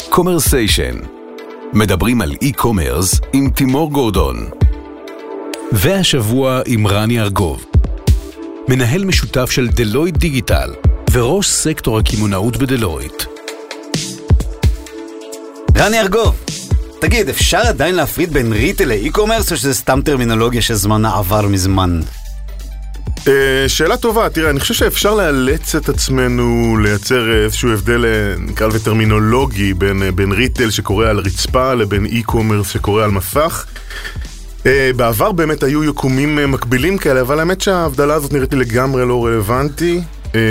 קומרסיישן. מדברים על אי-קומרס עם תימור גורדון. והשבוע עם רני ארגוב, מנהל משותף של דלויט דיגיטל וראש סקטור הקמעונאות בדלויט. רני ארגוב, תגיד, אפשר עדיין להפריד בין ריטל לאי-קומרס או שזה סתם טרמינולוגיה שזמנה עבר מזמן? שאלה טובה, תראה, אני חושב שאפשר לאלץ את עצמנו לייצר איזשהו הבדל, נקרא לזה טרמינולוגי, בין ריטל שקורה על רצפה לבין אי-קומרס שקורה על מסך. בעבר באמת היו יקומים מקבילים כאלה, אבל האמת שההבדלה הזאת נראית לי לגמרי לא רלוונטי,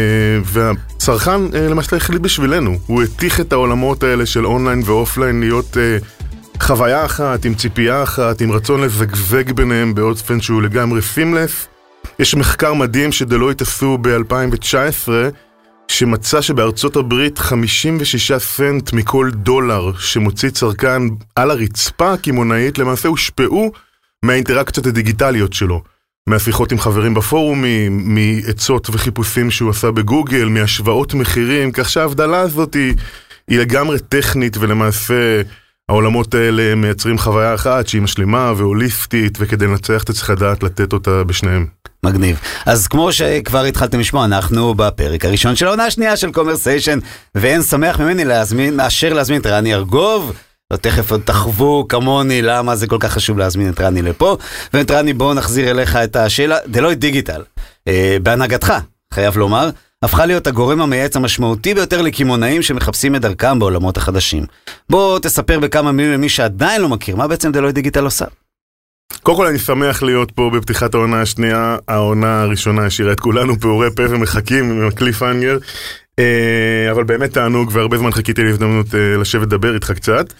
והצרכן למעשה החליט בשבילנו. הוא התיך את העולמות האלה של אונליין ואופליין להיות חוויה אחת, עם ציפייה אחת, עם רצון לזגזג ביניהם באופן שהוא לגמרי סימלס. יש מחקר מדהים שדלויט עשו ב-2019, שמצא שבארצות הברית 56 סנט מכל דולר שמוציא צרכן על הרצפה הקמעונאית, למעשה הושפעו מהאינטראקציות הדיגיטליות שלו. מהשיחות עם חברים בפורומים, מעצות וחיפושים שהוא עשה בגוגל, מהשוואות מחירים, כך שההבדלה הזאת היא לגמרי טכנית, ולמעשה העולמות האלה מייצרים חוויה אחת שהיא משלימה והוליסטית, וכדי לנצח אתה צריך לדעת לתת אותה בשניהם. מגניב. אז כמו שכבר התחלתם לשמוע, אנחנו בפרק הראשון של העונה השנייה של קומרסיישן, ואין שמח ממני מאשר להזמין את רני ארגוב. תכף תחוו כמוני למה זה כל כך חשוב להזמין את רני לפה. ואת רני, בואו נחזיר אליך את השאלה. דלויט דיגיטל, בהנהגתך, חייב לומר, הפכה להיות הגורם המייעץ המשמעותי ביותר לקמעונאים שמחפשים את דרכם בעולמות החדשים. בוא תספר בכמה מילים למי שעדיין לא מכיר, מה בעצם דלויט דיגיטל עושה? קודם כל אני שמח להיות פה בפתיחת העונה השנייה. העונה הראשונה השאירה את כולנו פעורי פה ומחכים עם הקליפהנגר, אבל באמת תענוג, והרבה זמן חיכיתי להזדמנות לשבת לדבר איתך קצת.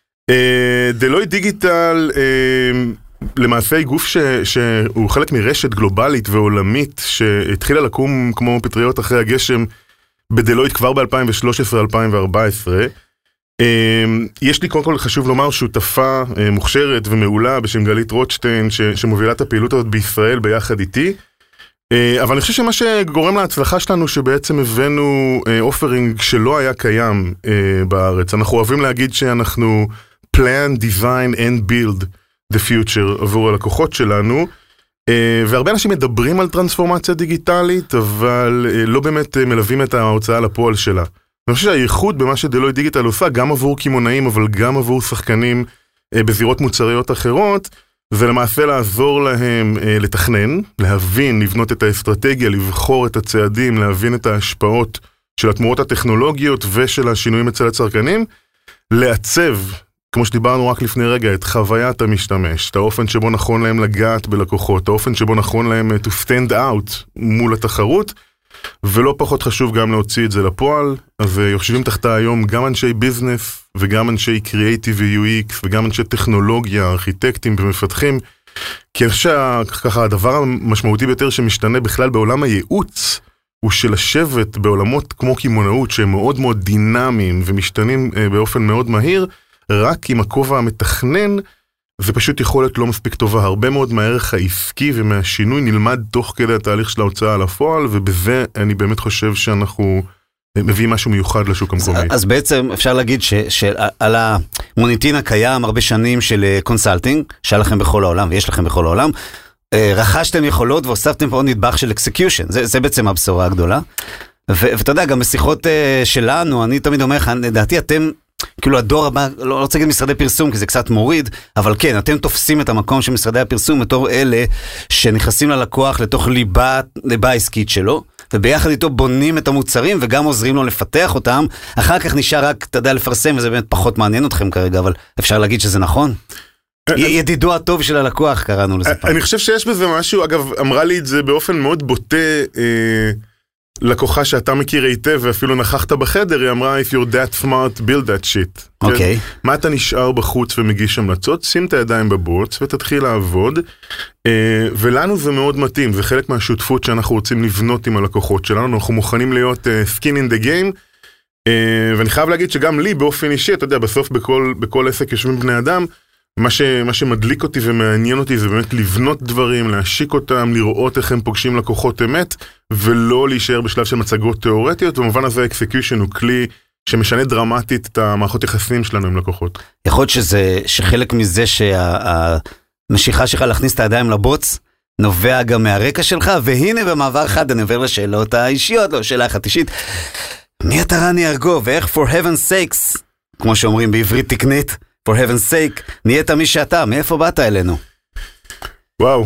דלויט דיגיטל למעשה היא גוף שהוא חלק מרשת גלובלית ועולמית שהתחילה לקום כמו פטריות אחרי הגשם בדלויט כבר ב-2013-2014. יש לי קודם כל חשוב לומר שותפה מוכשרת ומעולה בשם גלית רוטשטיין שמובילה את הפעילות הזאת בישראל ביחד איתי, אבל אני חושב שמה שגורם להצלחה שלנו שבעצם הבאנו אופרינג שלא היה קיים בארץ. אנחנו אוהבים להגיד שאנחנו plan, design and build the future עבור הלקוחות שלנו, והרבה אנשים מדברים על טרנספורמציה דיגיטלית, אבל לא באמת מלווים את ההוצאה לפועל שלה. אני חושב שהייחוד במה שדלויט דיגיטל עושה, גם עבור כימונאים, אבל גם עבור שחקנים בזירות מוצריות אחרות, ולמעשה לעזור להם לתכנן, להבין, לבנות את האסטרטגיה, לבחור את הצעדים, להבין את ההשפעות של התמורות הטכנולוגיות ושל השינויים אצל הצרכנים, לעצב, כמו שדיברנו רק לפני רגע, את חוויית המשתמש, את האופן שבו נכון להם לגעת בלקוחות, האופן שבו נכון להם to stand out מול התחרות, ולא פחות חשוב גם להוציא את זה לפועל. אז יושבים תחתה היום גם אנשי ביזנס וגם אנשי קריאייטיב ו-UX וגם אנשי טכנולוגיה, ארכיטקטים ומפתחים, כי אני חושב שככה הדבר המשמעותי ביותר שמשתנה בכלל בעולם הייעוץ הוא שלשבת בעולמות כמו כימונאות שהם מאוד מאוד דינמיים ומשתנים באופן מאוד מהיר, רק עם הכובע המתכנן זה פשוט יכולת לא מספיק טובה. הרבה מאוד מהערך העסקי ומהשינוי נלמד תוך כדי התהליך של ההוצאה לפועל, ובזה אני באמת חושב שאנחנו מביאים משהו מיוחד לשוק המקומי. אז בעצם אפשר להגיד שעל המוניטין הקיים הרבה שנים של קונסלטינג, שהיה לכם בכל העולם ויש לכם בכל העולם, רכשתם יכולות והוספתם פה עוד נדבך של אקסקיושן. זה בעצם הבשורה הגדולה. ואתה יודע, גם בשיחות שלנו, אני תמיד אומר לך, לדעתי אתם כאילו הדור הבא, לא רוצה להגיד משרדי פרסום כי זה קצת מוריד, אבל כן, אתם תופסים את המקום של משרדי הפרסום בתור אלה שנכנסים ללקוח לתוך ליבה העסקית שלו, וביחד איתו בונים את המוצרים וגם עוזרים לו לפתח אותם. אחר כך נשאר רק, אתה יודע, לפרסם, וזה באמת פחות מעניין אתכם כרגע, אבל אפשר להגיד שזה נכון? ידידו הטוב של הלקוח, קראנו לזה פעם. אני חושב שיש בזה משהו, אגב, אמרה לי את זה באופן מאוד בוטה, לקוחה שאתה מכיר היטב ואפילו נכחת בחדר, היא אמרה, if you're that smart, build that shit. אוקיי. מה אתה נשאר בחוץ ומגיש המלצות? שים את הידיים בבוץ ותתחיל לעבוד, ולנו זה מאוד מתאים, זה חלק מהשותפות שאנחנו רוצים לבנות עם הלקוחות שלנו, אנחנו מוכנים להיות skin in the game, ואני חייב להגיד שגם לי באופן אישי, אתה יודע, בסוף בכל עסק יושבים בני אדם, מה שמדליק אותי ומעניין אותי זה באמת לבנות דברים, להשיק אותם, לראות איך הם פוגשים לקוחות אמת, ולא להישאר בשלב של מצגות תיאורטיות. במובן הזה האקסקיושן הוא כלי שמשנה דרמטית את המערכות יחסים שלנו עם לקוחות. יכול להיות שחלק מזה שהמשיכה שלך להכניס את הידיים לבוץ, נובע גם מהרקע שלך, והנה במעבר אחד אני עובר לשאלות האישיות, לא שאלה אחת אישית. מי אתה רני ארגוב, ואיך for heaven's sakes, כמו שאומרים בעברית תקנית, for heaven's sake, נהיית מי שאתה, מאיפה באת אלינו? וואו,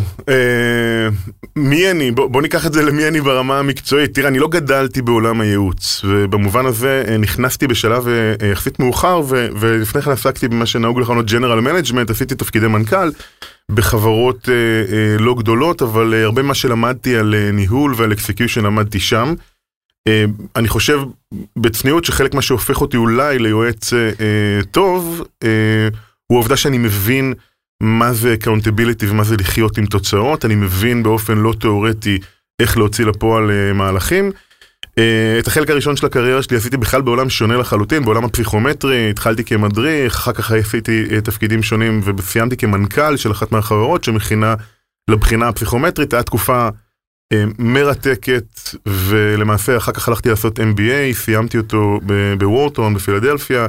מי אני? בוא ניקח את זה למי אני ברמה המקצועית. תראה, אני לא גדלתי בעולם הייעוץ, ובמובן הזה נכנסתי בשלב יחסית מאוחר, ולפני כן עסקתי במה שנהוג לכנות General Management, עשיתי תפקידי מנכ"ל, בחברות לא גדולות, אבל הרבה מה שלמדתי על ניהול ועל execution למדתי שם. אני חושב בצניעות שחלק מה שהופך אותי אולי ליועץ טוב, הוא העובדה שאני מבין מה זה accountability ומה זה לחיות עם תוצאות, אני מבין באופן לא תיאורטי איך להוציא לפועל מהלכים. את החלק הראשון של הקריירה שלי עשיתי בכלל בעולם שונה לחלוטין, בעולם הפסיכומטרי, התחלתי כמדריך, אחר כך עשיתי תפקידים שונים וסיימתי כמנכ"ל של אחת מהחברות שמכינה לבחינה הפסיכומטרית, הייתה תקופה מרתקת, ולמעשה אחר כך הלכתי לעשות MBA, סיימתי אותו בוורטון בפילדלפיה,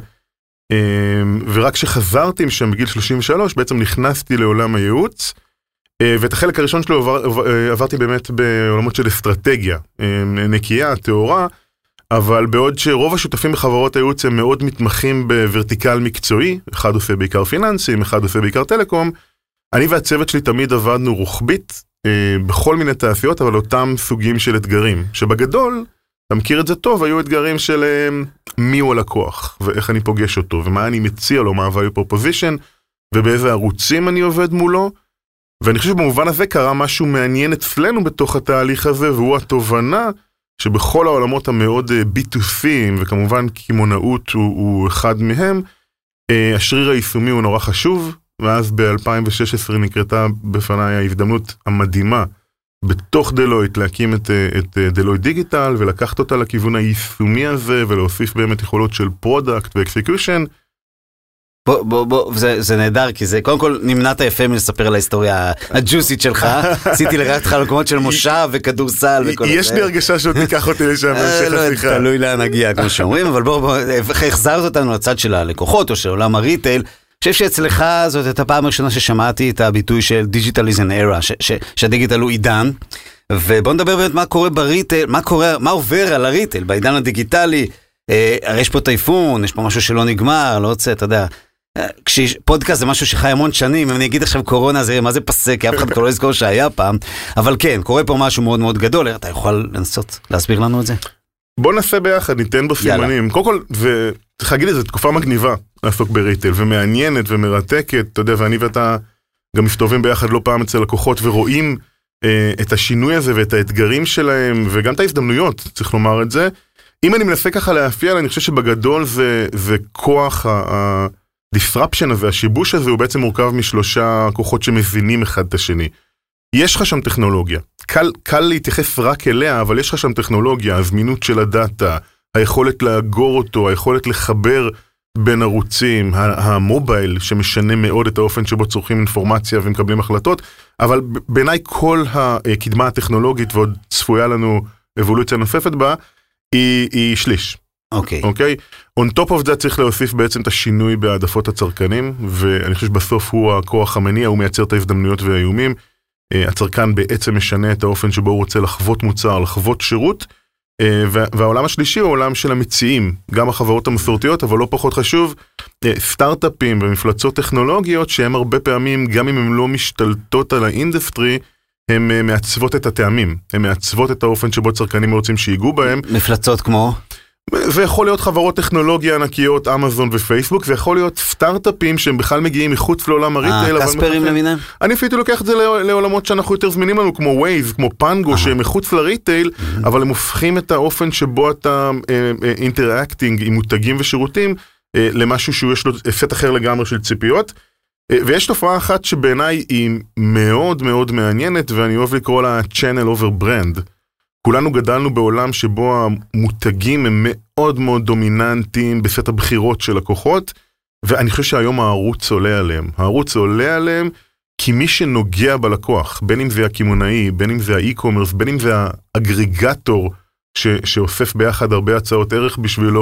ורק שחזרתי משם בגיל 33 בעצם נכנסתי לעולם הייעוץ, ואת החלק הראשון שלו עברתי באמת בעולמות של אסטרטגיה, נקייה, תיאורה, אבל בעוד שרוב השותפים בחברות הייעוץ הם מאוד מתמחים בוורטיקל מקצועי, אחד עושה בעיקר פיננסים, אחד עושה בעיקר טלקום, אני והצוות שלי תמיד עבדנו רוחבית, בכל מיני תעשיות, אבל אותם סוגים של אתגרים, שבגדול, אתה מכיר את זה טוב, היו אתגרים של מי הוא הלקוח, ואיך אני פוגש אותו, ומה אני מציע לו, מה value proposition, ובאיזה ערוצים אני עובד מולו, ואני חושב שבמובן הזה קרה משהו מעניין אצלנו בתוך התהליך הזה, והוא התובנה שבכל העולמות המאוד ביטוסיים, וכמובן כימונאות הוא אחד מהם, השריר היישומי הוא נורא חשוב, ואז ב-2016 נקרתה בפניי ההזדמנות המדהימה בתוך דלויט להקים את דלויט דיגיטל ולקחת אותה לכיוון היישומי הזה ולהוסיף באמת יכולות של פרודקט ואקסקיושן. זה נהדר, כי זה קודם כל נמנעת יפה מלספר על ההיסטוריה הג'וסית שלך, עשיתי לקחת לך למקומות של מושב וכדורסל וכל זה. יש לי הרגשה שעוד תיקח אותי לשם בהמשך השיחה. תלוי לאן נגיע כמו שאומרים, אבל בואו, החזרת אותנו לצד של הלקוחות או של עולם הריטייל. אני חושב שאצלך זאת הייתה הפעם הראשונה ששמעתי את הביטוי של Digital is an era, שהדיגיטל הוא עידן, ובוא נדבר באמת מה קורה בריטייל, מה עובר על הריטייל בעידן הדיגיטלי. הרי יש פה טייפון, יש פה משהו שלא נגמר, לא רוצה, אתה יודע, כשפודקאסט זה משהו שחי המון שנים, אם אני אגיד עכשיו קורונה זה מה זה פסק, כי אף אחד כבר לא יזכור שהיה פעם, אבל כן, קורה פה משהו מאוד מאוד גדול, אתה יכול לנסות להסביר לנו את זה? בוא נעשה ביחד, ניתן בו סימנים. קודם כל, וצריך להגיד את זה, תקופה מגניבה לעסוק בריטייל, ומעניינת ומרתקת, אתה יודע, ואני ואתה גם מסתובבים ביחד לא פעם אצל לקוחות, ורואים את השינוי הזה ואת האתגרים שלהם, וגם את ההזדמנויות, צריך לומר את זה. אם אני מנסה ככה להפיע, אני חושב שבגדול זה כוח ה-disruption הזה, השיבוש הזה, הוא בעצם מורכב משלושה כוחות שמבינים אחד את השני. יש לך שם טכנולוגיה, קל להתייחס רק אליה, אבל יש לך שם טכנולוגיה, הזמינות של הדאטה, היכולת לאגור אותו, היכולת לחבר בין ערוצים, המובייל שמשנה מאוד את האופן שבו צורכים אינפורמציה ומקבלים החלטות, אבל בעיניי כל הקדמה הטכנולוגית ועוד צפויה לנו אבולוציה נוספת בה, היא שליש. אוקיי. On top of that צריך להוסיף בעצם את השינוי בהעדפות הצרכנים, ואני חושב שבסוף הוא הכוח המניע, הוא מייצר את ההזדמנויות והאיומים, הצרכן בעצם משנה את האופן שבו הוא רוצה לחוות מוצר, לחוות שירות, והעולם השלישי הוא העולם של המציעים, גם החברות המסורתיות, אבל לא פחות חשוב, סטארט-אפים ומפלצות טכנולוגיות, שהן הרבה פעמים, גם אם הן לא משתלטות על האינדסטרי, הן מעצבות את הטעמים, הן מעצבות את האופן שבו צרכנים רוצים שיגעו בהם. מפלצות כמו? זה יכול להיות חברות טכנולוגיה ענקיות, אמזון ופייסבוק, זה יכול להיות סטארט-אפים שהם בכלל מגיעים מחוץ לעולם הריטייל. קספרים למיניהם? אני אפילו לוקח את זה לעולמות שאנחנו יותר זמינים לנו, כמו ווייז, כמו פנגו, שהם מחוץ לריטייל, אבל הם הופכים את האופן שבו אתה אינטראקטינג עם מותגים ושירותים, למשהו שיש לו אפקט אחר לגמרי של ציפיות. ויש תופעה אחת שבעיניי היא מאוד מאוד מעניינת, ואני אוהב לקרוא לה channel over brand. כולנו גדלנו בעולם שבו המותגים הם מאוד מאוד דומיננטיים בסט הבחירות של לקוחות, ואני חושב שהיום הערוץ עולה עליהם. הערוץ עולה עליהם כי מי שנוגע בלקוח, בין אם זה הכימונאי, בין אם זה האי-קומרס, בין אם זה האגריגטור שאוסף ביחד הרבה הצעות ערך בשבילו,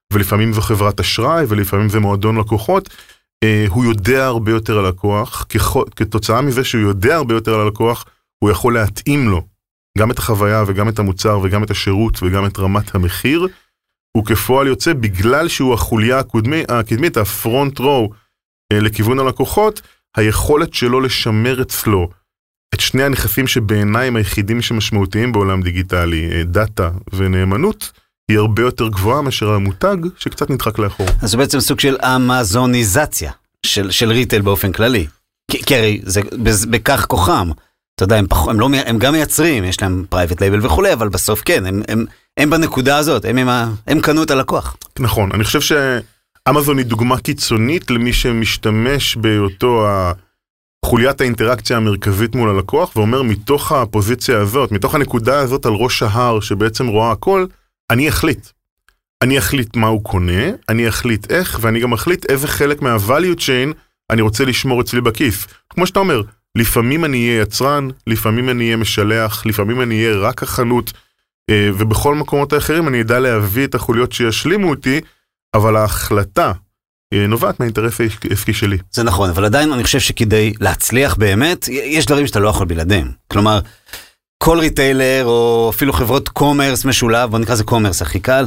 ולפעמים זו חברת אשראי, ולפעמים זה מועדון לקוחות, הוא יודע הרבה יותר על לקוח, כתוצאה מזה שהוא יודע הרבה יותר על הלקוח, הוא יכול להתאים לו גם את החוויה וגם את המוצר וגם את השירות וגם את רמת המחיר, וכפועל יוצא בגלל שהוא החוליה הקדמית, הפרונט רו לכיוון הלקוחות, היכולת שלו לשמר אצלו את שני הנכסים שבעיניי הם היחידים שמשמעותיים בעולם דיגיטלי, דאטה ונאמנות, היא הרבה יותר גבוהה מאשר המותג שקצת נדחק לאחור. אז זה בעצם סוג של אמזוניזציה של ריטייל באופן כללי. כי הרי זה בכך כוחם. אתה יודע, הם גם מייצרים, יש להם פרייבט לייבל וכולי, אבל בסוף כן, הם בנקודה הזאת, הם קנו את הלקוח. נכון, אני חושב שאמזון היא דוגמה קיצונית למי שמשתמש באותו חוליית האינטראקציה המרכזית מול הלקוח, ואומר מתוך הפוזיציה הזאת, מתוך הנקודה הזאת על ראש ההר שבעצם רואה הכל, אני אחליט מה הוא קונה, אני אחליט איך, ואני גם אחליט איזה חלק מה-value chain אני רוצה לשמור אצלי בכיס. כמו שאתה אומר, לפעמים אני אהיה יצרן, לפעמים אני אהיה משלח, לפעמים אני אהיה רק החנות, ובכל מקומות האחרים אני אדע להביא את החוליות שישלימו אותי, אבל ההחלטה נובעת מהאינטרס העסקי שלי. זה נכון, אבל עדיין אני חושב שכדי להצליח באמת, יש דברים שאתה לא יכול בלעדיהם. כלומר, כל ריטיילר או אפילו חברות קומרס משולב, בוא נקרא זה קומרס הכי קל,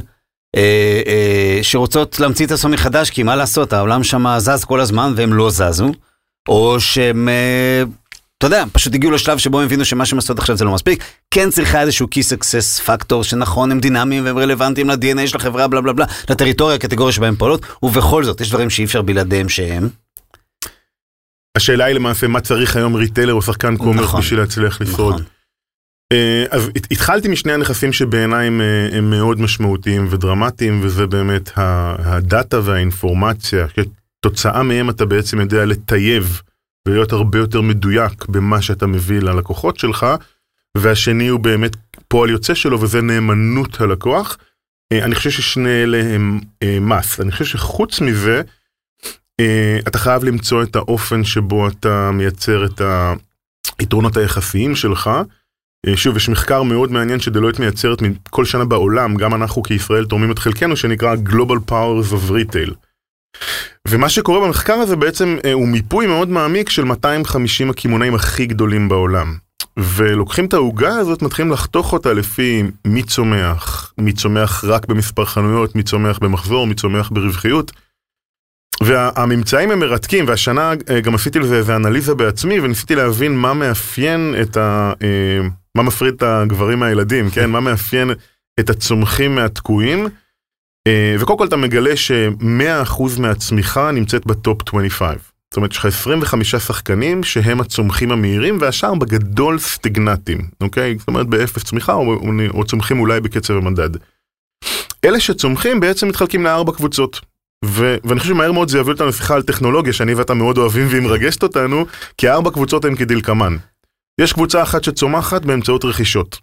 שרוצות להמציא את עצמם מחדש, כי מה לעשות, העולם שם זז כל הזמן והם לא זזו, או שהם, אתה יודע, פשוט הגיעו לשלב שבו הם הבינו שמה שהם עושות עכשיו זה לא מספיק, כן צריכה איזשהו key success factor, שנכון, הם דינמיים והם רלוונטיים ל-DNA של החברה, בלה בלה בלה, לטריטוריה, הקטגוריה שבהם פועלות, ובכל זאת, יש דברים שאי אפשר בלעדיהם שהם. השאלה היא למעשה, מה צריך היום ריטיילר או שחקן קומרס בשביל להצליח לשרוד? אז התחלתי משני הנכסים שבעיניי הם מאוד משמעותיים ודרמטיים, וזה באמת הדאטה והאינפורמציה, כתוצאה מהם אתה בעצם יודע לטייב ולהיות הרבה יותר מדויק במה שאתה מביא ללקוחות שלך, והשני הוא באמת פועל יוצא שלו, וזה נאמנות הלקוח. אני חושב ששני אלה הם מס. אני חושב שחוץ מזה, אתה חייב למצוא את האופן שבו אתה מייצר את היתרונות היחסיים שלך. שוב, יש מחקר מאוד מעניין שדלויט מייצרת כל שנה בעולם, גם אנחנו כישראל תורמים את חלקנו, שנקרא Global Powers of Retail. ומה שקורה במחקר הזה בעצם הוא מיפוי מאוד מעמיק של 250 הקמעונאים הכי גדולים בעולם. ולוקחים את העוגה הזאת, מתחילים לחתוך אותה לפי מי צומח רק במספר חנויות, מי צומח במחזור, מי צומח ברווחיות. והממצאים הם מרתקים, והשנה גם עשיתי לזה איזה אנליזה בעצמי, וניסיתי להבין מה מאפיין מה מפריד את הגברים מהילדים, כן? מה מאפיין את הצומחים מהתקועים, וקודם כל אתה מגלה ש100% מהצמיחה נמצאת בטופ 25. זאת אומרת, יש לך 25 שחקנים שהם הצומחים המהירים, והשאר בגדול סטגנטים, אוקיי? זאת אומרת, באפס צמיחה, או צומחים אולי בקצב המדד. אלה שצומחים בעצם מתחלקים ל4 קבוצות. ואני חושב שמהר מאוד זה יביא אותנו שיחה על טכנולוגיה, שאני ואתה מאוד אוהבים והיא מרגשת אותנו, כי 4 קבוצות הן כדלקמן. יש קבוצה אחת שצומחת באמצעות רכישות.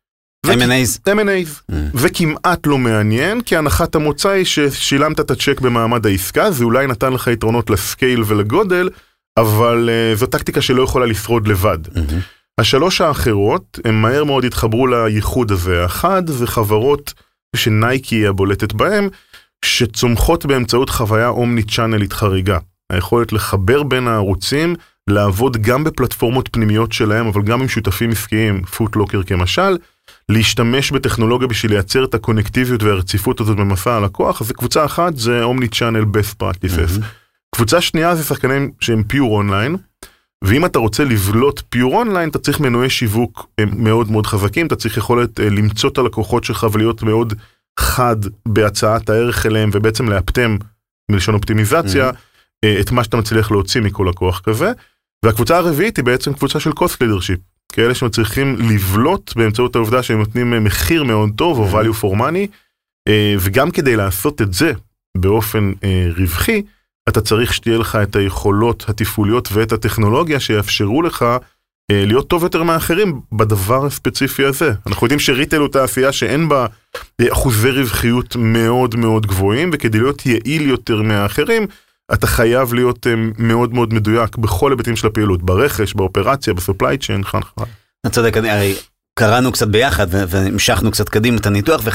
M&A's. וכמעט לא מעניין, כי הנחת המוצא היא ששילמת את הצ'ק במעמד העסקה, זה אולי נתן לך יתרונות לסקייל ולגודל, אבל זו טקטיקה שלא יכולה לשרוד לבד. השלוש האחרות, הם מהר מאוד התחברו לייחוד הזה. האחד זה חברות שנייקי היא הבולטת בהם, שצומחות באמצעות חוויה אומני-צ'אנלית חריגה. היכולת לחבר בין הערוצים, לעבוד גם בפלטפורמות פנימיות שלהם, אבל גם עם שותפים עסקיים, פוטלוקר כמשל, להשתמש בטכנולוגיה בשביל לייצר את הקונקטיביות והרציפות הזאת במסע הלקוח. אז קבוצה אחת זה אומני-צ'אנל best practices. קבוצה שנייה זה שחקנים שהם פיור אונליין, ואם אתה רוצה לבלוט פיור אונליין, אתה צריך מנועי שיווק מאוד מאוד חזקים, אתה צריך יכולת למצוא את הלקוחות שלך ולהיות מאוד חד בהצעת הערך אליהם, ובעצם להפטם מלשון אופטימיזציה, את מה שאתה מצליח להוציא מכל לקוח כזה. והקבוצה הרביעית היא בעצם קבוצה של cost leadership, כאלה שמצליחים לבלוט באמצעות העובדה שהם נותנים מחיר מאוד טוב, או value for money, וגם כדי לעשות את זה באופן רווחי, אתה צריך שתהיה לך את היכולות התפעוליות ואת הטכנולוגיה שיאפשרו לך להיות טוב יותר מאחרים בדבר הספציפי הזה. אנחנו יודעים שריטל הוא תעשייה שאין בה אחוזי רווחיות מאוד מאוד גבוהים, וכדי להיות יעיל יותר מהאחרים, אתה חייב להיות מאוד מאוד מדויק בכל היבטים של הפעילות, ברכש, באופרציה, בסופליי צ'יין, חן. אתה צודק, הרי קראנו קצת ביחד והמשכנו קצת קדימה את הניתוח,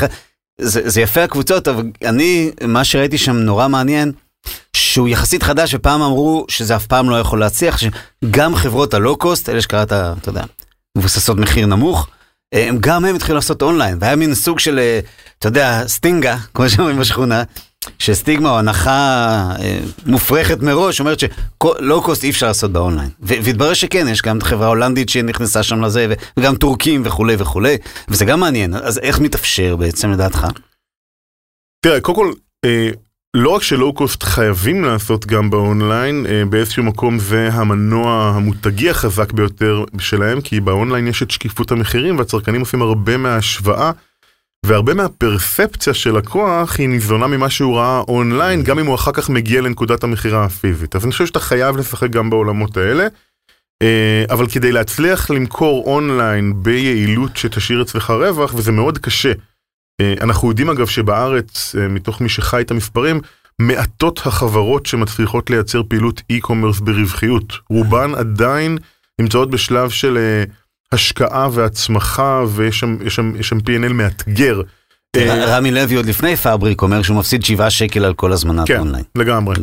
זה יפה הקבוצות, אבל מה שראיתי שם נורא מעניין, שהוא יחסית חדש, ופעם אמרו שזה אף פעם לא יכול להצליח, שגם חברות הלואו-קוסט, אלה שקראת, אתה יודע, מבוססות מחיר נמוך, גם הם התחילו לעשות אונליין, והיה מין סוג של, אתה יודע, סטינגה, כמו שאומרים בשכונה, שסטיגמה או הנחה מופרכת מראש, אומרת שלואו-קוסט אי אפשר לעשות באונליין. והתברר שכן, יש גם חברה הולנדית שנכנסה שם לזה, וגם טורקים וכו' וכו', וזה גם מעניין. אז איך מתאפשר בעצם לדעתך? תראה, קודם כל, לא רק שלואו-קוסט חייבים לעשות גם באונליין, באיזשהו מקום זה המנוע המותגי החזק ביותר שלהם, כי באונליין יש את שקיפות המחירים, והצרכנים עושים הרבה מההשוואה, והרבה מהפרספציה של לקוח היא ניזונה ממה שהוא ראה אונליין, גם אם הוא אחר כך מגיע לנקודת המחירה הפיזית. אז אני חושב שאתה חייב לשחק גם בעולמות האלה, אבל כדי להצליח למכור אונליין ביעילות שתשאיר אצלך רווח, וזה מאוד קשה. אנחנו יודעים אגב שבארץ, מתוך מי שחי את המספרים, מעטות החברות שמצליחות לייצר פעילות אי-קומרס ברווחיות. רובן עדיין נמצאות בשלב של השקעה והצמחה, ויש שם P&L מאתגר. רמי לוי עוד לפני פאבריק אומר שהוא מפסיד 7 שקל על כל הזמנת אונליין. כן, לגמרי.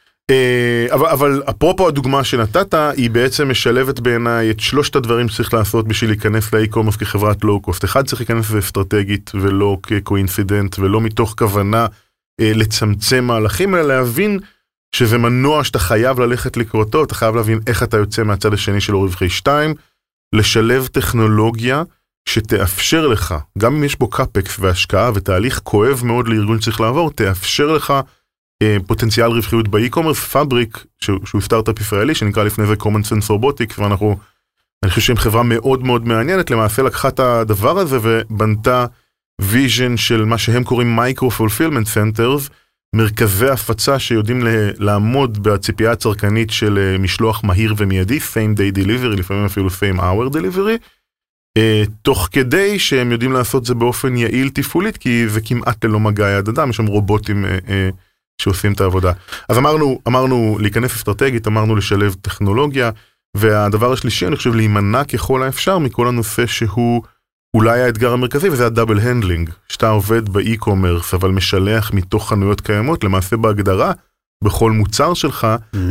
אבל אפרופו הדוגמה שנתת, היא בעצם משלבת בעיניי את 3 הדברים שצריך לעשות בשביל להיכנס לאי-קומרס כחברת לואו-קוסט. אחד, צריך להיכנס אסטרטגית ולא כקואינסידנט, ולא מתוך כוונה לצמצם מהלכים, אלא להבין שזה מנוע שאתה חייב ללכת לקראתו, אתה חייב להבין איך אתה יוצא מהצד השני שלו רווחי 2, לשלב טכנולוגיה שתאפשר לך, גם אם יש בו קאפקס והשקעה ותהליך כואב מאוד לארגון שצריך לעבור, תאפשר לך פוטנציאל רווחיות באי-קומרס. פאבריק, שהוא סטארט-אפ ישראלי, שנקרא לפני זה Common Sense Robotics, אני חושב שהם חברה מאוד מאוד מעניינת, למעשה לקחה את הדבר הזה ובנתה ויז'ן של מה שהם קוראים Micro-Fulfillment Centers, מרכזי הפצה שיודעים לעמוד בציפייה הצרכנית של משלוח מהיר ומיידי, same day delivery, לפעמים אפילו same hour delivery, תוך כדי שהם יודעים לעשות זה באופן יעיל תפעולית, כי זה כמעט ללא מגע יד אדם, יש שם רובוטים שעושים את העבודה. אז אמרנו להיכנס אסטרטגית, אמרנו לשלב טכנולוגיה, והדבר השלישי, אני חושב, להימנע ככל האפשר מכל הנושא שהוא אולי האתגר המרכזי, וזה הדאבל הנדלינג, שאתה עובד באי-קומרס, אבל משלח מתוך חנויות קיימות, למעשה בהגדרה, בכל מוצר שלך,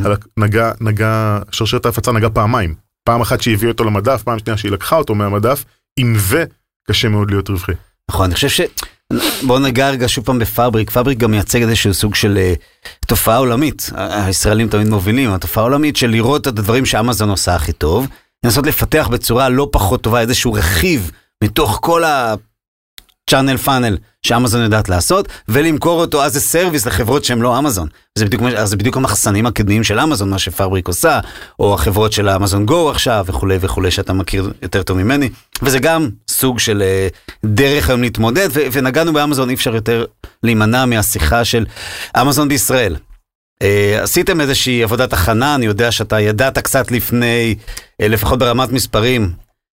שרשרת ההפצה נגע פעמיים. פעם אחת שהביא אותו למדף, פעם שנייה שהיא לקחה אותו מהמדף, עם זה קשה מאוד להיות רווחי. נכון, אני חושב בואו נגע רגע שוב פעם בפאבריק. פאבריק גם מייצג איזשהו סוג של תופעה עולמית. הישראלים תמיד מובילים, התופעה העולמית של לראות את הדברים שאמזון עושה הכי טוב, לנסות לפתח בצורה לא פחות טובה איזשהו רכיב מתוך כל ה-channel funnel שאמזון יודעת לעשות, ולמכור אותו אז סרוויס לחברות שהן לא אמזון. זה בדיוק המחסנים הקדמיים של אמזון, מה שפאבריק עושה, או החברות של אמזון גו עכשיו, וכו' וכו', שאתה מכיר יותר טוב ממני. וזה גם סוג של דרך היום להתמודד, ונגענו באמזון, אי אפשר יותר להימנע מהשיחה של אמזון בישראל. עשיתם איזושהי עבודת הכנה, אני יודע שאתה ידעת קצת לפני, לפחות ברמת מספרים,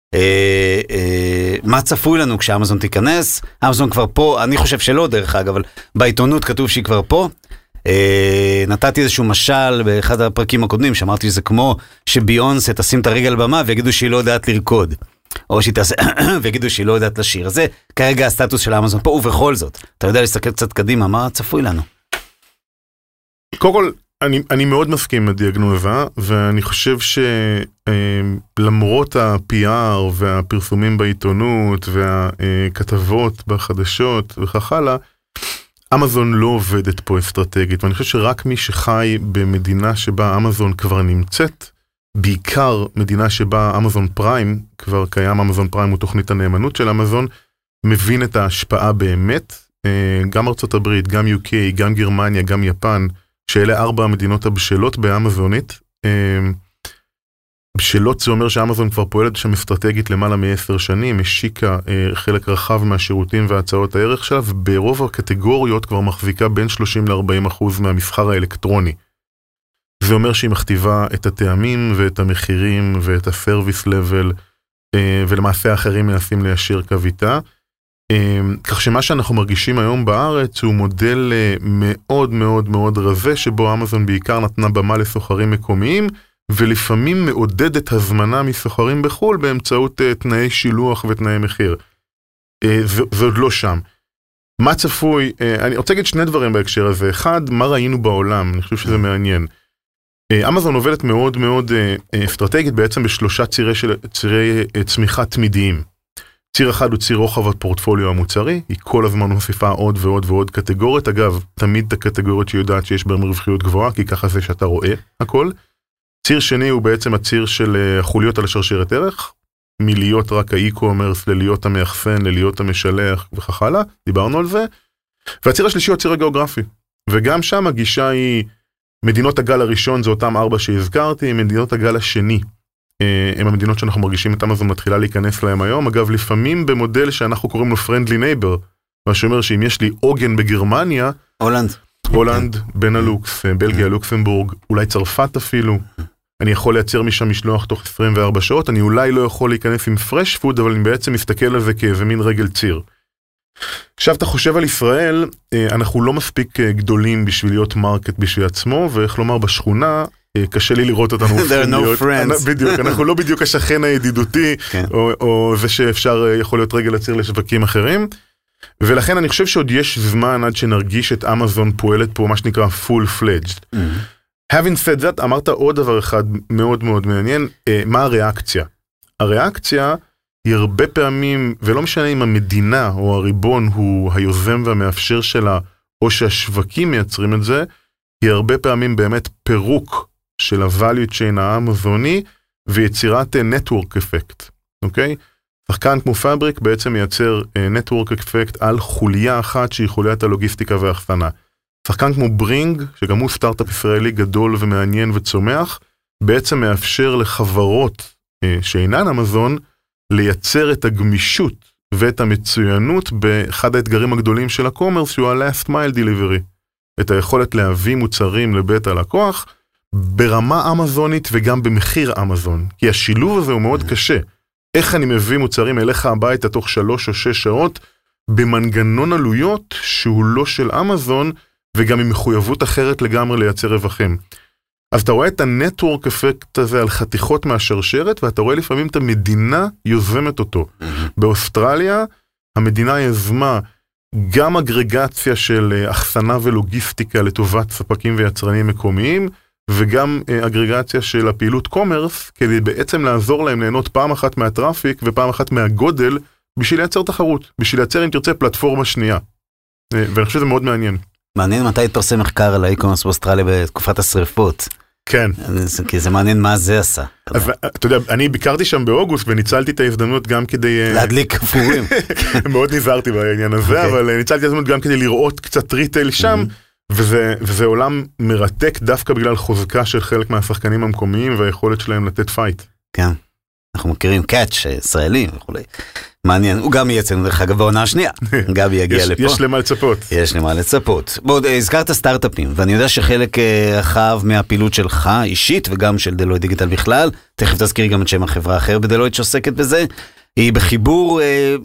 מה צפוי לנו כשאמזון תיכנס. אמזון כבר פה, אני חושב שלא דרך אגב, אבל בעיתונות כתוב שהיא כבר פה. נתתי איזשהו משל באחד הפרקים הקודמים, שאמרתי שזה כמו שביונסה תשים את הרגל במה ויגידו שהיא לא יודעת לרקוד, או שהיא תעשה ויגידו שהיא לא יודעת לשיר. זה כרגע הסטטוס של אמזון פה, ובכל זאת אתה יודע להסתכל קצת קדימה, מה צפוי לנו? קודם כל, אני מאוד מסכים עם הדיאגנוזה, ואני חושב שלמרות ה-PR והפרסומים בעיתונות והכתבות בחדשות וכך הלאה, אמזון לא עובדת פה אסטרטגית, ואני חושב שרק מי שחי במדינה שבה אמזון כבר נמצאת, בעיקר מדינה שבה אמזון פריים, כבר קיים אמזון פריים הוא תוכנית הנאמנות של אמזון, מבין את ההשפעה באמת, גם ארצות הברית, גם UK, גם גרמניה, גם יפן, שאלה 4 המדינות הבשלות באמזונית. בשלות זה אומר שאמזון כבר פועלת שם אסטרטגית למעלה מ10 שנים, השיקה חלק רחב מהשירותים והצעות הערך שלה, וברוב הקטגוריות כבר מחזיקה בין 30-40% מהמסחר האלקטרוני. זה אומר שהיא מכתיבה את הטעמים ואת המחירים ואת הסרוויס לבל, ולמעשה האחרים מנסים ליישר קו איתה. כך שמה שאנחנו מרגישים היום בארץ הוא מודל מאוד מאוד מאוד רזה, שבו אמזון בעיקר נתנה במה לסוחרים מקומיים, ולפעמים מעודדת הזמנה מסוחרים בחול באמצעות תנאי שילוח ותנאי מחיר. זה עוד לא שם. מה צפוי? אני רוצה להגיד שני דברים בהקשר הזה. אחד, מה ראינו בעולם? אני חושב שזה מעניין. אמזון עובדת מאוד מאוד אסטרטגית בעצם בשלושה צירי צמיחה תמידיים. ציר אחד הוא ציר רוחב הפורטפוליו המוצרי, היא כל הזמן מוסיפה עוד ועוד ועוד קטגוריות, אגב, תמיד את הקטגוריות שיודעת שיש בהן רווחיות גבוהה, כי ככה זה שאתה רואה הכל. ציר שני הוא בעצם הציר של חוליות על השרשרת ערך, מלהיות רק האי-קומרס, ללהיות המאחסן, ללהיות המשלח וכך הלאה, דיברנו על זה. והציר השלישי הוא הציר הגיאוגרפי, וגם שם הגישה היא, מדינות הגל הראשון זה אותם 4 שהזכרתי, מדינות הגל השני, הם המדינות שאנחנו מרגישים את אמזון מתחילה להיכנס להם היום, אגב לפעמים במודל שאנחנו קוראים לו friendly neighbor, מה שאומר שאם יש לי עוגן בגרמניה, הולנד, בנלוקס, בלגיה, לוקסמבורג, אולי צרפת אפילו, אני יכול לייצר משם משלוח תוך 24 שעות, אני אולי לא יכול להיכנס עם fresh food, אבל אני בעצם מסתכל על זה כאיזה מין רגל ציר. עכשיו אתה חושב על ישראל, אנחנו לא מספיק גדולים בשביל להיות מרקט בשביל עצמו, ואיך לומר בשכונה, קשה לי לראות אותנו. There are no friends. בדיוק, אנחנו לא בדיוק השכן הידידותי, או זה שאפשר יכול להיות רגל הציר לשווקים אחרים, ולכן אני חושב שעוד יש זמן עד שנרגיש את אמזון פועלת פה, מה שנקרא full-fledged. Having said that, אמרת עוד דבר אחד מאוד מאוד מעניין, מה הריאקציה? הריאקציה היא הרבה פעמים, ולא משנה אם המדינה או הריבון הוא היוזם והמאפשר שלה, או שהשווקים מייצרים את זה, היא הרבה פעמים באמת פירוק של ה-value chain האמזוני, ויצירת network effect, אוקיי? שחקן כמו פאבריק בעצם מייצר network effect על חוליה אחת שהיא חוליית הלוגיסטיקה והאחסנה. שחקן כמו ברינג, שגם הוא סטארט-אפ ישראלי גדול ומעניין וצומח, בעצם מאפשר לחברות שאינן אמזון, לייצר את הגמישות ואת המצוינות באחד האתגרים הגדולים של הקומרס, שהוא ה-last mile delivery. את היכולת להביא מוצרים לבית הלקוח, ברמה אמזונית וגם במחיר אמזון. כי השילוב הזה הוא מאוד קשה. איך אני מביא מוצרים אליך הביתה תוך 3 או 6 שעות, במנגנון עלויות שהוא לא של אמזון, וגם עם מחויבות אחרת לגמרי לייצר רווחים. אז אתה רואה את הנטוורק אפקט הזה על חתיכות מהשרשרת, ואתה רואה לפעמים את המדינה יוזמת אותו. באוסטרליה, המדינה יזמה גם אגרגציה של אחסנה ולוגיסטיקה לטובת ספקים ויצרנים מקומיים, וגם אגרגציה של הפעילות קומרס, כדי בעצם לעזור להם ליהנות פעם אחת מהטראפיק ופעם אחת מהגודל, בשביל לייצר תחרות, בשביל לייצר אם תרצה פלטפורמה שנייה. ואני חושב שזה מאוד מעניין. מעניין מתי התפרסם מחקר על האי-קומרס באוסטרליה בתקופת השריפות. כן. כי זה מעניין מה זה עשה. אתה יודע, אני ביקרתי שם באוגוסט וניצלתי את ההזדמנות גם כדי... להדליק כפורים. מאוד נזהרתי בעניין הזה, אבל ניצלתי את ההזדמנות גם כדי לראות קצת ריטייל שם, וזה עולם מרתק דווקא בגלל חוזקה של חלק מהשחקנים המקומיים והיכולת שלהם לתת פייט. כן. אנחנו מכירים קאץ' ישראלי וכולי. מעניין, הוא גם יהיה אצלנו דרך אגב בעונה השנייה. גבי יגיע לפה. יש למה לצפות. יש למה לצפות. בוא, הזכרת סטארט-אפים, ואני יודע שחלק רחב מהפעילות שלך, אישית, וגם של דלויט דיגיטל בכלל, תכף תזכירי גם את שם החברה האחר בדלויט שעוסקת בזה, היא בחיבור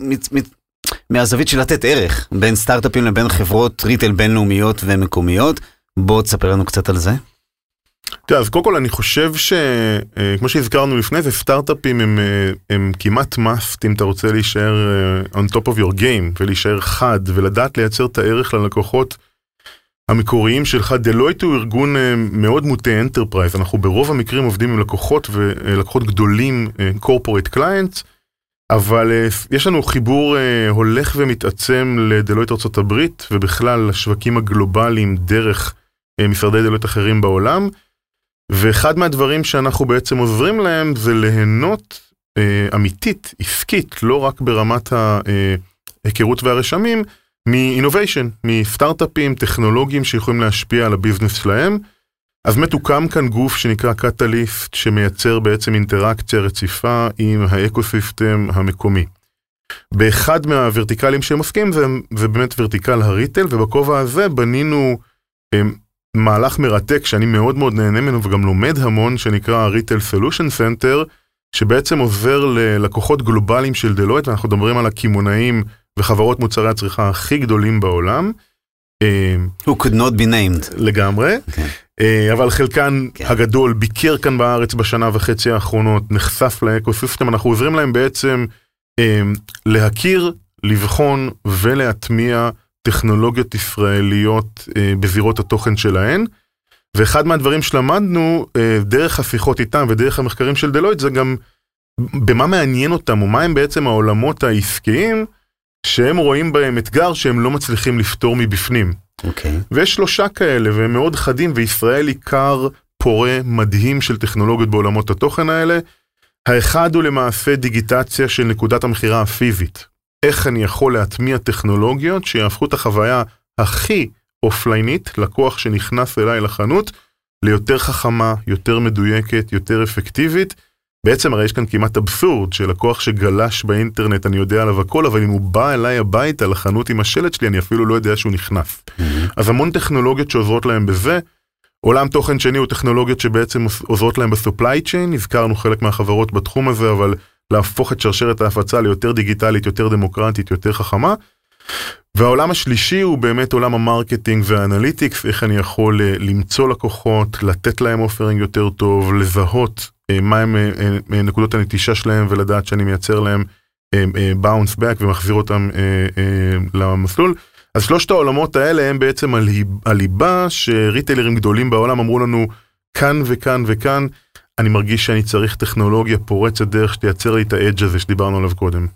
מהזווית של לתת ערך, בין סטארט-אפים לבין חברות ריטייל בינלאומיות ומקומיות. בוא תספר לנו קצת על זה. אז קודם כל אני חושב שכמו שהזכרנו לפני זה, סטארט-אפים הם כמעט must אם אתה רוצה להישאר on top of your game ולהישאר חד ולדעת לייצר את הערך ללקוחות המקוריים שלך. דלויט הוא ארגון מאוד מוטה אנטרפרייז, אנחנו ברוב המקרים עובדים עם לקוחות ולקוחות גדולים, corporate clients, אבל יש לנו חיבור הולך ומתעצם לדלויט ארצות הברית ובכלל לשווקים הגלובליים דרך משרדי דלויט אחרים בעולם, ואחד מהדברים שאנחנו בעצם עוזרים להם זה ליהנות אמיתית, עסקית, לא רק ברמת ההיכרות והרשמים, מ-innovation, מסטארט-אפים, טכנולוגיים שיכולים להשפיע על הביזנס שלהם. אז מתוקם כאן גוף שנקרא קטליסט, שמייצר בעצם אינטראקציה רציפה עם האקוסיסטם המקומי. באחד מהוורטיקלים שהם עוסקים זה באמת ורטיקל הריטל, ובכובע הזה בנינו מהלך מרתק שאני מאוד מאוד נהנה ממנו וגם לומד המון, שנקרא הריטל סולושן סנטר, שבעצם עוזר ללקוחות גלובליים של דלויט, ואנחנו מדברים על הקימונאים וחברות מוצרי הצריכה הכי גדולים בעולם. Who could not be named. לגמרי. אבל חלקן הגדול ביקר כאן בארץ בשנה וחצי האחרונות, נחשף לאקוסיסטם, אנחנו עוזרים להם בעצם להכיר, לבחון ולהטמיע טכנולוגיות ישראליות בזירות התוכן שלהן, ואחד מהדברים שלמדנו דרך השיחות איתם ודרך המחקרים של דלויט, זה גם במה מעניין אותם, ומה הם בעצם העולמות העסקיים, שהם רואים בהם אתגר שהם לא מצליחים לפתור מבפנים. ויש 3 כאלה, והם מאוד חדים, וישראל עיקר פורה מדהים של טכנולוגיות בעולמות התוכן האלה. האחד הוא למעשה דיגיטציה של נקודת המחירה הפיזית. איך אני יכול להטמיע טכנולוגיות שיהפכו את החוויה הכי אופליינית, לקוח שנכנס אליי לחנות, ליותר חכמה, יותר מדויקת, יותר אפקטיבית. בעצם הרי יש כאן כמעט אבסורד, שלקוח שגלש באינטרנט, אני יודע עליו הכל, אבל אם הוא בא אליי הביתה לחנות עם השלט שלי, אני אפילו לא יודע שהוא נכנס. אז המון טכנולוגיות שעוזרות להם בזה. עולם תוכן שני הוא טכנולוגיות שבעצם עוזרות להם בסופליי צ'יין, הזכרנו חלק מהחברות בתחום הזה, אבל להפוך את שרשרת ההפצה ליותר דיגיטלית, יותר דמוקרטית, יותר חכמה. והעולם השלישי הוא באמת עולם המרקטינג והאנליטיקס, איך אני יכול למצוא לקוחות, לתת להם אופרינג יותר טוב, לזהות מה הם נקודות הנטישה שלהם, ולדעת שאני מייצר להם באונס בק ומחזיר אותם למסלול. אז 3 העולמות האלה הם בעצם הליבה שריטיילרים גדולים בעולם אמרו לנו כאן וכאן וכאן, אני מרגיש שאני צריך טכנולוגיה פורצת דרך שתייצר לי את האדג' הזה שדיברנו עליו קודם.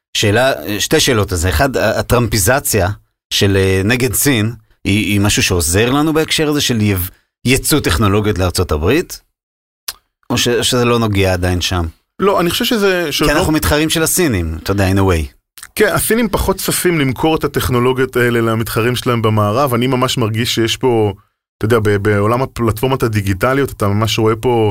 2 שאלות אז, אחד, הטראמפיזציה של נגד סין, היא משהו שעוזר לנו בהקשר הזה של ייצוא טכנולוגיות לארצות הברית? או שזה לא נוגע עדיין שם? לא, אני חושב שזה... כי אנחנו מתחרים של הסינים, אתה יודע, in a way. כן, הסינים פחות צפים למכור את הטכנולוגיות האלה למתחרים שלהם במערב, אני ממש מרגיש שיש פה, אתה יודע, בעולם הפלטפורמות הדיגיטליות, אתה ממש רואה פה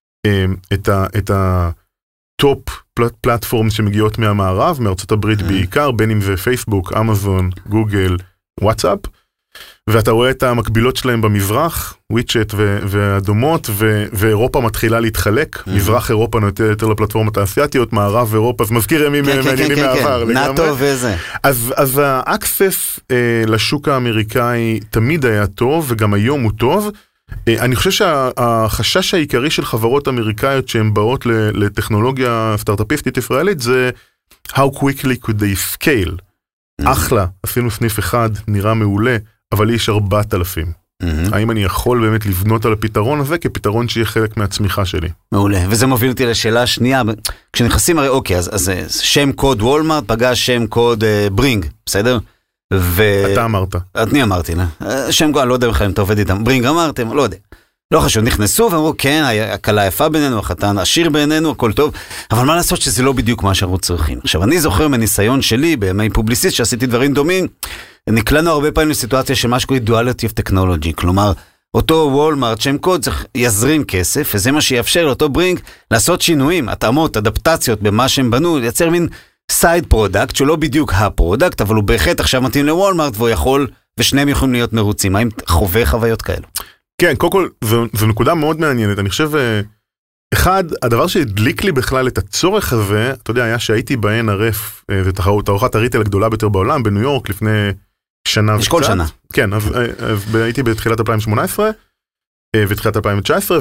את הטופ פלטפורם שמגיעות מהמערב, מארצות הברית בעיקר, בין אם זה פייסבוק, אמזון, גוגל, וואטסאפ, ואתה רואה את המקבילות שלהם במזרח, וויצ'ט והדומות, ואירופה מתחילה להתחלק, מזרח אירופה נוטה יותר לפלטפורמות האסייתיות, מערב אירופה, זה מזכיר ימים מעניינים מהעבר. נאטו וזה. אז האקסס לשוק האמריקאי תמיד היה טוב, וגם היום הוא טוב. אני חושב שהחשש העיקרי של חברות אמריקאיות שהן באות לטכנולוגיה סטארט-אפיסטית ישראלית, זה how quickly could they scale. אחלה, עשינו סניף אחד, נראה מעולה, אבל יש 4,000. האם אני יכול באמת לבנות על הפתרון הזה כפתרון שיהיה חלק מהצמיחה שלי? מעולה, וזה מוביל אותי לשאלה השנייה, כשנכנסים הרי אוקיי, אז שם קוד וולמארט פגש שם קוד ברינג, בסדר? אתה אמרת. אני אמרתי, שם קוד, אני לא יודע בכלל אם אתה עובד איתם, ברינג אמרתם, לא יודע. לא חשוב, נכנסו ואמרו, כן, הקלה יפה בינינו, החתן עשיר בינינו, הכל טוב, אבל מה לעשות שזה לא בדיוק מה שאנחנו צריכים. עכשיו, אני זוכר מניסיון שלי, בימי פובליסיסט, שעשיתי דברים דומים, נקלענו הרבה פעמים לסיטואציה של משהו duality of technology, כלומר, אותו וולמארט, שם קוד, צריך יזרים כסף, וזה מה שיאפשר לאותו ברינג לעשות שינויים, התאמות, אדפטציות במה שהם בנו, לייצר מין סייד פרודקט, שהוא לא בדיוק הפרודקט, אבל הוא בהחלט עכשיו מתאים לוולמארט, והוא יכול, ושניהם יכולים להיות מרוצים. האם חווה חוויות כאלו? כן, קודם כל, זו נקודה מאוד מעניינת. אני חושב, אחד, הדבר שהדליק לי בכלל את הצורך הזה, אתה יודע, היה שהייתי ב-NRF, תערוכת הריטייל הגדולה ביותר בעולם, בניו יורק, לפני שנה וקצת. יש כל שנה. כן, אז הייתי בתחילת 2018, ותחילת 2019,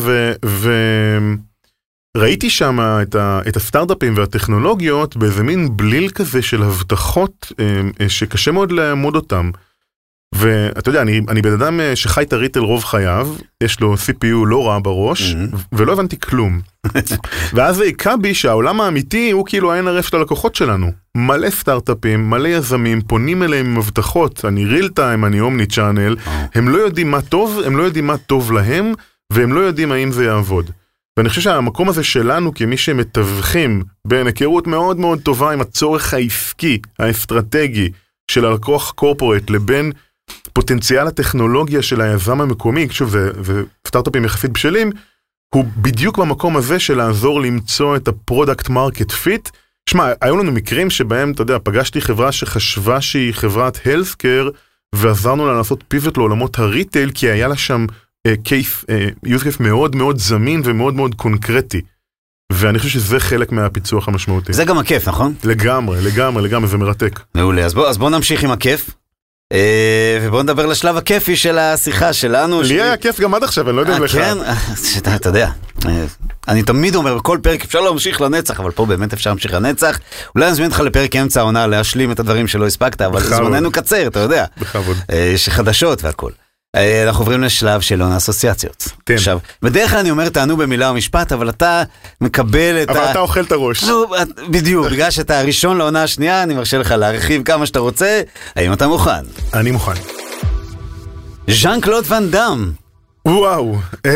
וראיתי שם את הסטארט-אפים והטכנולוגיות, באיזה מין בליל כזה של הבטחות, שקשה מאוד לעמוד אותם. ואתה יודע, אני בן אדם שחי את הריטל רוב חייו, יש לו CPU לא רע בראש, ולא הבנתי כלום. ואז זה עיקה בי שהעולם האמיתי הוא כאילו ה-NRF של הלקוחות שלנו. מלא סטארט-אפים, מלא יזמים, פונים אליהם עם הבטחות, אני ריל טיים, אני אומני צ'אנל, הם לא יודעים מה טוב, הם לא יודעים מה טוב להם, והם לא יודעים האם זה יעבוד. ואני חושב שהמקום הזה שלנו, כמי שמתווכים בין היכרות מאוד מאוד טובה עם הצורך העסקי, האסטרטגי של הלקוח קורפורט, לבין פוטנציאל הטכנולוגיה של היזם המקומי, שוב, זה סטארט-אפים יחסית בשלים, הוא בדיוק במקום הזה של לעזור למצוא את הפרודקט מרקט פיט. שמע, היו לנו מקרים שבהם, אתה יודע, פגשתי חברה שחשבה שהיא חברת healthcare, ועזרנו לה לעשות פיבוט לעולמות הריטייל, כי היה לה שם use case מאוד מאוד זמין ומאוד מאוד קונקרטי. ואני חושב שזה חלק מהפיצוח המשמעותי. זה גם הכיף, נכון? לגמרי, זה מרתק. מעולה, אז בוא נמשיך עם הכיף. ובואו נדבר לשלב הכיפי של השיחה שלנו. לי היה כיף גם עד עכשיו, אני לא יודע אם לך. כן, אתה יודע, אני תמיד אומר, בכל פרק אפשר להמשיך לנצח, אבל פה באמת אפשר להמשיך לנצח. אולי נזמין אותך לפרק אמצע העונה, להשלים את הדברים שלא הספקת, אבל זמננו קצר, אתה יודע. בכבוד. יש חדשות והכל. אנחנו עוברים לשלב של עונה אסוציאציות. עכשיו, בדרך כלל אני אומר תענו במילה או משפט, אבל אתה מקבל את אבל אתה אוכל את הראש. בדיוק, בגלל שאתה הראשון לעונה השנייה, אני מרשה לך להרחיב כמה שאתה רוצה. האם אתה מוכן? אני מוכן. ז'אן קלוד ואן דאם. וואו.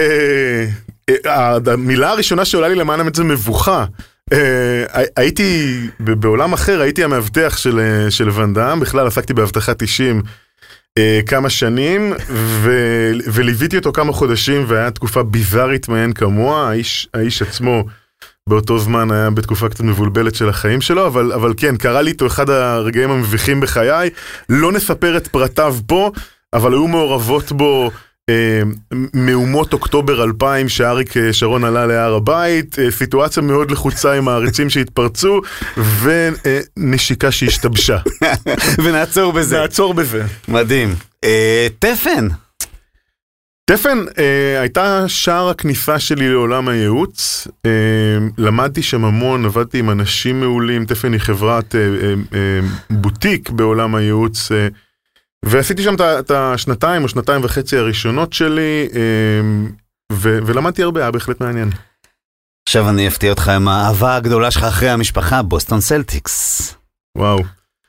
המילה הראשונה שעולה לי למען האמת זה מבוכה. הייתי, בעולם אחר, הייתי המאבטח של ואן דאם, בכלל עסקתי באבטחת אישים כמה שנים, וליוויתי אותו כמה חודשים, והיה תקופה ביזארית מעין כמוה. האיש עצמו באותו זמן היה בתקופה קצת מבולבלת של החיים שלו, אבל כן, קרה לי איתו אחד הרגעים המביכים בחיי. לא נספר את פרטיו פה, אבל היו מעורבות בו מהומות אוקטובר 2000 שאריק שרון עלה להר הבית, סיטואציה מאוד לחוצה עם העריצים שהתפרצו, ונשיקה שהשתבשה. ונעצור בזה. נעצור בזה. מדהים. תפן. תפן הייתה שער הכניסה שלי לעולם הייעוץ. למדתי שם המון, עבדתי עם אנשים מעולים. תפן היא חברת בוטיק בעולם הייעוץ, ועשיתי שם את השנתיים או שנתיים וחצי הראשונות שלי, ולמדתי הרבה, היה בהחלט מעניין. עכשיו אני אפתיע אותך עם האהבה הגדולה שלך אחרי המשפחה, בוסטון סלטיקס. וואו.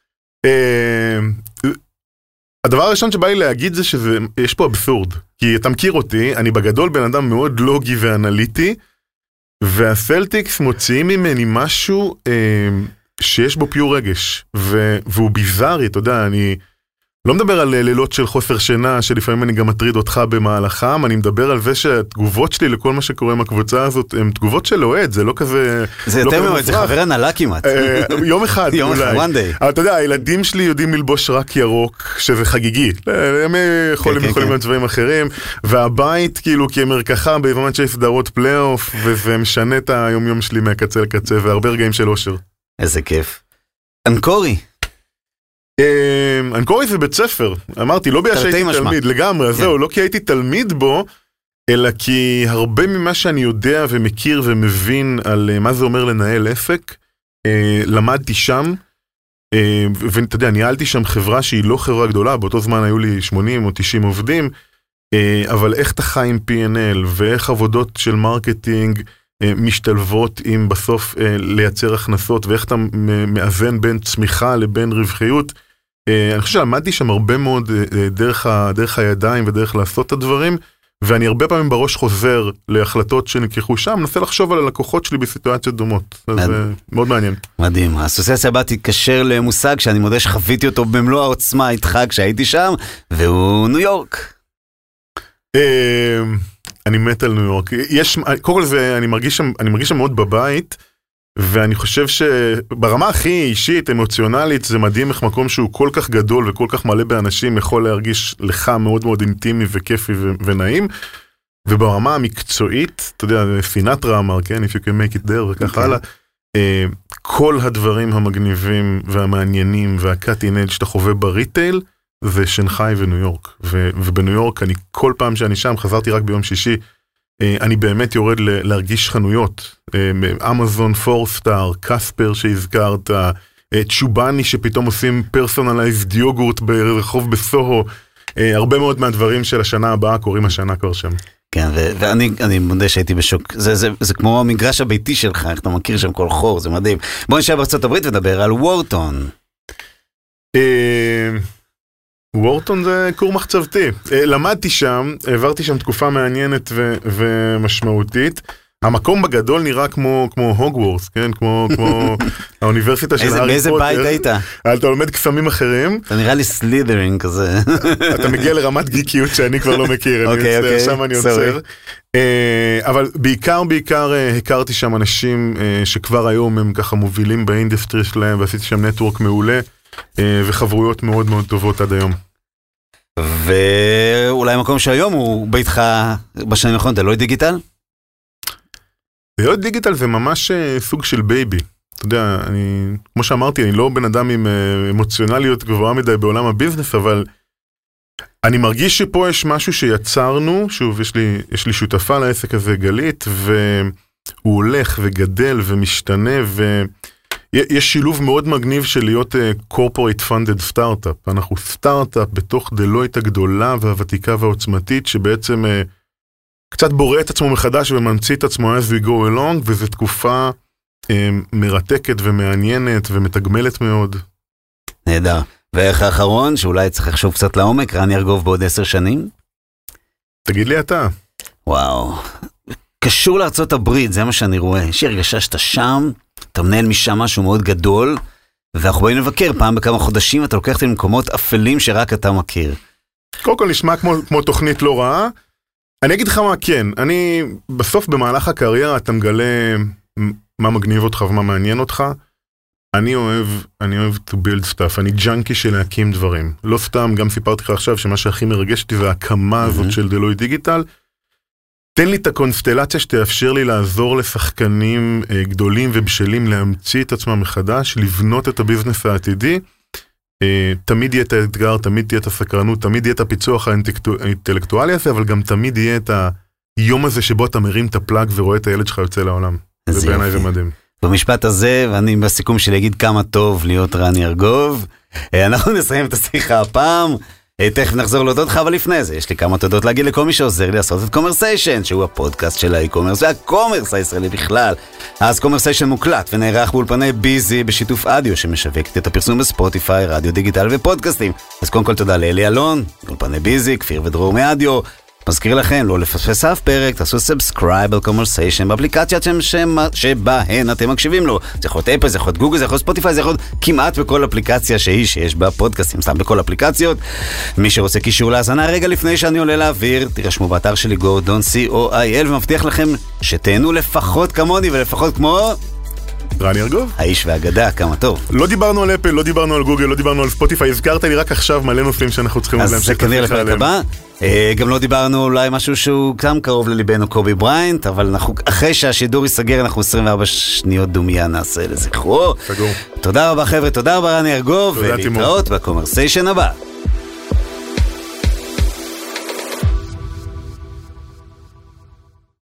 הדבר הראשון שבא לי להגיד זה שיש פה אבסורד, כי אתה מכיר אותי, אני בגדול בן אדם מאוד לוגי ואנליטי, והסלטיקס מוציאים ממני משהו שיש בו פיור רגש, והוא ביזארי, אתה יודע, אני לא מדבר על לילות של חוסר שינה, שלפעמים אני גם מטריד אותך במהלכם, אני מדבר על זה שהתגובות שלי לכל מה שקורה עם הקבוצה הזאת, הן תגובות של אוהד, זה לא כזה... זה יותר מאוד, זה חבר הנהלה כמעט. יום אחד, יום אחד, one day. אבל אתה יודע, הילדים שלי יודעים ללבוש רק ירוק, שזה חגיגי. הם יכולים גם צבעים אחרים, והבית כאילו כמרקחה, בזמן שיש סדרות פלייאוף, וזה משנה את היום-יום שלי מהקצה לקצה, והרבה רגעים של אושר. איזה כיף. אנקורי. אנקורי זה בית ספר, אמרתי, לא בגלל שהייתי תלמיד, לגמרי, זהו, לא כי הייתי תלמיד בו, אלא כי הרבה ממה שאני יודע ומכיר ומבין על מה זה אומר לנהל עסק, למדתי שם, ואתה יודע, ניהלתי שם חברה שהיא לא חברה גדולה, באותו זמן היו לי 80 או 90 עובדים, אבל איך אתה חי עם P&L, ואיך עבודות של מרקטינג משתלבות עם בסוף לייצר הכנסות, ואיך אתה מאזן בין צמיחה לבין רווחיות. אני חושב שלמדתי שם הרבה מאוד דרך הידיים ודרך לעשות את הדברים, ואני הרבה פעמים בראש חוזר להחלטות שנלקחו שם, מנסה לחשוב על הלקוחות שלי בסיטואציות דומות. זה מאוד מעניין. מדהים. האסוציאציה הבאה תתקשר למושג שאני מודה שחוויתי אותו במלוא העוצמה איתך כשהייתי שם, והוא ניו יורק. אני מת על ניו יורק. קודם כל זה, אני מרגיש שם מאוד בבית, ואני חושב שברמה הכי אישית, אמוציונלית, זה מדהים איך מקום שהוא כל כך גדול וכל כך מלא באנשים יכול להרגיש לך מאוד מאוד אינטימי וכיפי ונעים, וברמה המקצועית, אתה יודע, סינטרה אמר, כן, if you can make it there וכך הלאה, כל הדברים המגניבים והמעניינים והקאטין אדג' שאתה חווה בריטייל, זה שנגחאי וניו יורק, ובניו יורק אני כל פעם שאני שם, חזרתי רק ביום שישי, אני באמת יורד להרגיש חנויות, אמזון, פורסטאר, קספר שהזכרת, צ'ובני שפתאום עושים פרסונלייזד יוגורט ברחוב בסוהו, הרבה מאוד מהדברים של השנה הבאה קוראים השנה כבר שם. כן, ואני מודה שהייתי בשוק, זה כמו המגרש הביתי שלך, איך אתה מכיר שם כל חור, זה מדהים. בוא נשאר בארצות הברית ודבר על וורטון. וורטון זה קור מחצבתי. למדתי שם, העברתי שם תקופה מעניינת ומשמעותית. המקום בגדול נראה כמו הוגוורטס, כן? כמו האוניברסיטה של הארי פוטר. באיזה בית היית? אתה לומד קסמים אחרים. אתה נראה לי סלית'רינג כזה. אתה מגיע לרמת גיקיות שאני כבר לא מכיר. אוקיי, שם אני עוצר. אבל בעיקר הכרתי שם אנשים שכבר היום הם ככה מובילים באינדסטרי שלהם, ועשיתי שם נטוורק מעולה, וחברויות מאוד מאוד טובות עד היום. ואולי מקום שהיום הוא ביתך בשנים האחרונות, דלויט דיגיטל? דלויט דיגיטל זה ממש סוג של בייבי. אתה יודע, כמו שאמרתי, אני לא בן אדם עם אמוציונליות גבוהה מדי בעולם הביזנס, אבל אני מרגיש שפה יש משהו שיצרנו, שוב, יש לי שותפה לעסק הזה, גלית, והוא הולך וגדל ומשתנה, ויש שילוב מאוד מגניב של להיות corporate funded startup. אנחנו סטארט-אפ בתוך דלויט הגדולה והוותיקה והעוצמתית, שבעצם קצת בורא את עצמו מחדש וממציא את עצמו as we go along, וזו תקופה מרתקת ומעניינת ומתגמלת מאוד. נהדר. ואיך האחרון, שאולי צריך לחשוב קצת לעומק, רני ארגוב בעוד 10 שנים? תגיד לי אתה. וואו. קשור לארצות הברית, זה מה שאני רואה. יש לי הרגשה שאתה שם, אתה מנהל משם משהו מאוד גדול, ואנחנו באים לבקר פעם בכמה חודשים, אתה לוקח אותי למקומות אפלים שרק אתה מכיר. קודם כל נשמע כמו תוכנית לא רעה. אני אגיד לך מה כן, בסוף במהלך הקריירה אתה מגלה מה מגניב אותך ומה מעניין אותך. אני אוהב to build stuff, אני ג'אנקי של להקים דברים. לא סתם, גם סיפרתי לך עכשיו שמה שהכי מרגש אותי זה ההקמה הזאת של דלויט דיגיטל. תן לי את הקונסטלציה שתאפשר לי לעזור לשחקנים גדולים ובשלים להמציא את עצמם מחדש, לבנות את הביזנס העתידי. תמיד יהיה את האתגר, תמיד תהיה את הסקרנות, תמיד יהיה את הפיצוח האינטלקטואלי הזה, אבל גם תמיד יהיה את היום הזה שבו אתה מרים את הפלאג ורואה את הילד שלך יוצא לעולם. זה בעיניי זה מדהים. במשפט הזה, ואני בסיכום שלי אגיד כמה טוב להיות רני ארגוב, אנחנו נסיים את השיחה הפעם, תכף נחזור להודות לך, אבל לפני זה יש לי כמה תודות להגיד לכל מי שעוזר לי לעשות את קומרסיישן, שהוא הפודקאסט של האי-קומרס והקומרס הישראלי בכלל. אז קומרסיישן מוקלט ונערך באולפני ביזי בשיתוף אדיו, שמשווקת את הפרסום בספוטיפיי, רדיו דיגיטל ופודקאסטים. אז קודם כל תודה לאלי אלון, אולפני ביזי, כפיר ודרור מאדיו. מזכיר לכם, לא לפספס אף פרק, תעשו סאבסקרייב על קומרסיישן באפליקציות שבהן אתם מקשיבים לו. זה יכול להיות אפל, זה יכול להיות גוגל, זה יכול להיות ספוטיפיי, זה יכול להיות כמעט בכל אפליקציה שיש בה פודקאסטים, סתם בכל אפליקציות. מי שרוצה קישור להאזנה רגע לפני שאני עולה לאוויר, תירשמו באתר שלי go.co.il, ומבטיח לכם שתהנו לפחות כמוני ולפחות כמו רני ארגוב. האיש והאגדה, כמה טוב. לא דיברנו על אפל, לא דיברנו על גוגל, לא דיברנו על ספוטיפיי, הזכרת לי רק עכשיו מלא נושאים שאנחנו צריכים להמשיך. אז זה כנראה לפרק הבא. גם לא דיברנו אולי משהו שהוא גם קרוב לליבנו, קובי בריינט, אבל אחרי שהשידור ייסגר, אנחנו 24 שניות דומיה נעשה לזכרו. תודה רבה חבר'ה, תודה רבה רני ארגוב, ולהתראות בקומרסיישן הבא.